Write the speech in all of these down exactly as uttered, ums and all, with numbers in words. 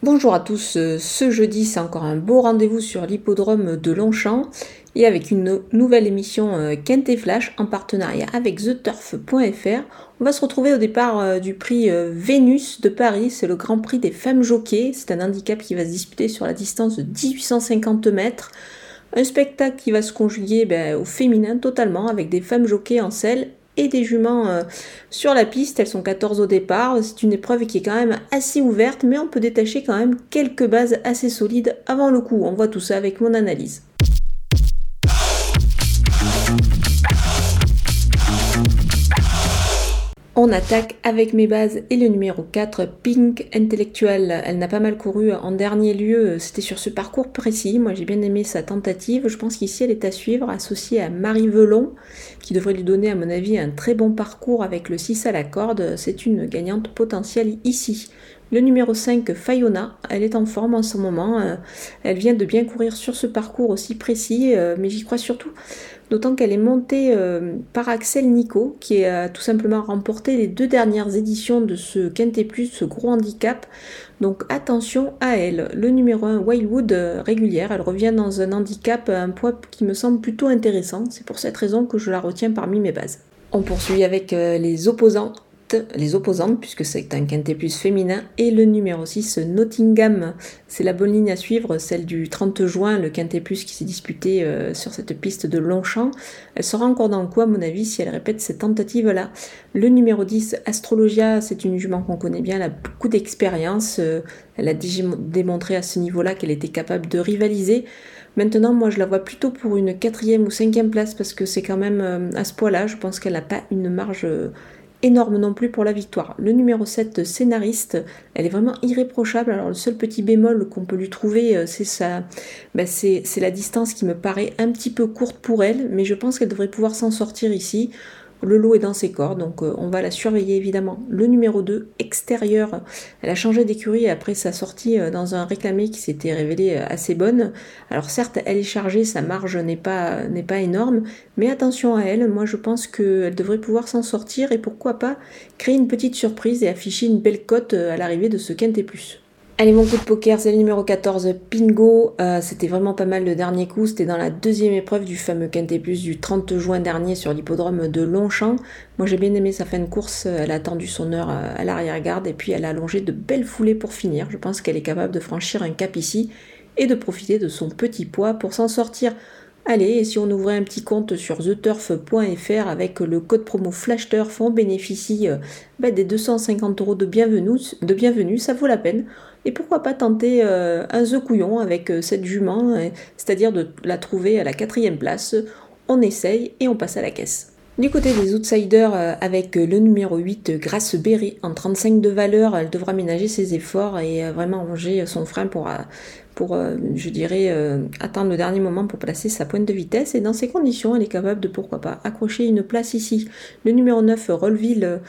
Bonjour à tous, euh, ce jeudi c'est encore un beau rendez-vous sur l'hippodrome de Longchamp et avec une no- nouvelle émission euh, Quintet Flash en partenariat avec the turf point f r. On va se retrouver au départ euh, du prix euh, Vénus de Paris, c'est le grand prix des femmes jockeys, c'est un handicap qui va se disputer sur la distance de mille huit cent cinquante mètres. Un spectacle qui va se conjuguer ben, au féminin totalement avec des femmes jockeys en selle et des juments euh, sur la piste. Elles sont quatorze au départ. C'est une épreuve qui est quand même assez ouverte, mais on peut détacher quand même quelques bases assez solides avant le coup. On voit tout ça avec mon analyse. On attaque avec mes bases et le numéro quatre, Pink Intellectual. Elle n'a pas mal couru en dernier lieu, c'était sur ce parcours précis. Moi j'ai bien aimé sa tentative. Je pense qu'ici elle est à suivre, associée à Marie Velon, qui devrait lui donner à mon avis un très bon parcours avec le six à la corde. C'est une gagnante potentielle ici. Le numéro cinq, Fayona, elle est en forme en ce moment. Elle vient de bien courir sur ce parcours aussi précis, mais j'y crois surtout. D'autant qu'elle est montée euh, par Axel Nico, qui a tout simplement remporté les deux dernières éditions de ce Quintet Plus, ce gros handicap. Donc attention à elle. Le numéro un, Wildwood, euh, régulière, elle revient dans un handicap, un poids qui me semble plutôt intéressant. C'est pour cette raison que je la retiens parmi mes bases. On poursuit avec euh, les opposants. Les opposantes, puisque c'est un Quintet Plus féminin, et le numéro six, Nottingham. C'est la bonne ligne à suivre, celle du trente juin, le Quintet Plus qui s'est disputé euh, sur cette piste de Longchamp. Elle sera encore dans le coup, à mon avis, si elle répète cette tentative-là. Le numéro dix, Astrologia, c'est une jument qu'on connaît bien, elle a beaucoup d'expérience. Euh, elle a démontré à ce niveau-là qu'elle était capable de rivaliser. Maintenant, moi, je la vois plutôt pour une quatrième ou cinquième place, parce que c'est quand même euh, à ce poids-là, je pense qu'elle n'a pas une marge... Euh, énorme non plus pour la victoire. Le numéro sept, Scénariste, elle est vraiment irréprochable. Alors le seul petit bémol qu'on peut lui trouver, c'est ça, ben c'est, c'est la distance qui me paraît un petit peu courte pour elle, mais je pense qu'elle devrait pouvoir s'en sortir ici. Le lot est dans ses corps, donc euh, on va la surveiller évidemment. Le numéro deux, Extérieur, elle a changé d'écurie après sa sortie euh, dans un réclamé qui s'était révélé euh, assez bonne. Alors certes, elle est chargée, sa marge n'est pas, n'est pas énorme, mais attention à elle, moi je pense qu'elle devrait pouvoir s'en sortir et pourquoi pas créer une petite surprise et afficher une belle cote à l'arrivée de ce Quintet Plus. Allez, mon coup de poker, c'est le numéro quatorze, Pingo. Euh, c'était vraiment pas mal le dernier coup. C'était dans la deuxième épreuve du fameux Quintet Plus du trente juin dernier sur l'hippodrome de Longchamp. Moi, j'ai bien aimé sa fin de course. Elle a attendu son heure à l'arrière-garde et puis elle a allongé de belles foulées pour finir. Je pense qu'elle est capable de franchir un cap ici et de profiter de son petit poids pour s'en sortir. Allez, et si on ouvrait un petit compte sur the turf point f r avec le code promo FlashTurf, on bénéficie euh, bah, des deux cent cinquante euros de bienvenue, de bienvenue, ça vaut la peine. Et pourquoi pas tenter euh, un The Couillon avec euh, cette jument, euh, c'est-à-dire de la trouver à la quatrième place. On essaye et on passe à la caisse. Du côté des outsiders, euh, avec le numéro huit, Grace Berry, en trente-cinq de valeur, elle devra ménager ses efforts et euh, vraiment ranger son frein pour, euh, pour euh, je dirais, euh, attendre le dernier moment pour placer sa pointe de vitesse. Et dans ces conditions, elle est capable de, pourquoi pas, accrocher une place ici. Le numéro neuf, Rollville, euh,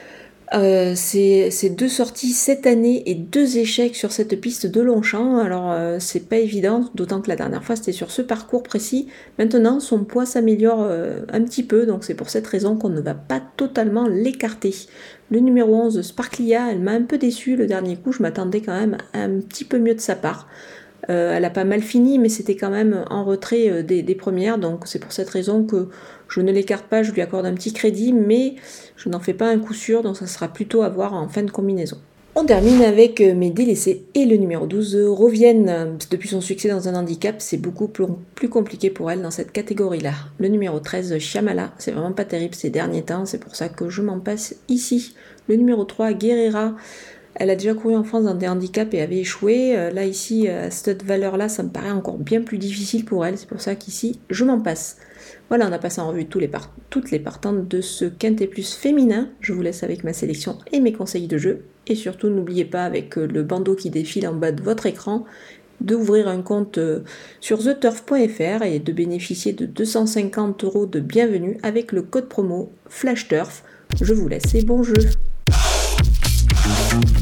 Euh, c'est, c'est deux sorties cette année et deux échecs sur cette piste de Longchamp. Alors euh, c'est pas évident, d'autant que la dernière fois c'était sur ce parcours précis. Maintenant son poids s'améliore euh, un petit peu, donc c'est pour cette raison qu'on ne va pas totalement l'écarter. Le numéro onze, Sparklia, elle m'a un peu déçue le dernier coup, je m'attendais quand même à un petit peu mieux de sa part. Euh, elle a pas mal fini, mais c'était quand même en retrait euh, des, des premières, donc c'est pour cette raison que je ne l'écarte pas, je lui accorde un petit crédit, mais je n'en fais pas un coup sûr, donc ça sera plutôt à voir en fin de combinaison. On termine avec mes délaissés et le numéro douze, Rovienne. Depuis son succès dans un handicap, c'est beaucoup plus, plus compliqué pour elle dans cette catégorie-là. Le numéro treize, Chiamala, c'est vraiment pas terrible ces derniers temps, c'est pour ça que je m'en passe ici. Le numéro trois, Guerrera. Elle a déjà couru en France dans des handicaps et avait échoué. Là, ici, à cette valeur-là, ça me paraît encore bien plus difficile pour elle. C'est pour ça qu'ici, je m'en passe. Voilà, on a passé en revue tous les part- toutes les partantes de ce Quintet Plus féminin. Je vous laisse avec ma sélection et mes conseils de jeu. Et surtout, n'oubliez pas, avec le bandeau qui défile en bas de votre écran, d'ouvrir un compte sur the turf point f r et de bénéficier de deux cent cinquante euros de bienvenue avec le code promo FlashTurf. Je vous laisse et bon jeu.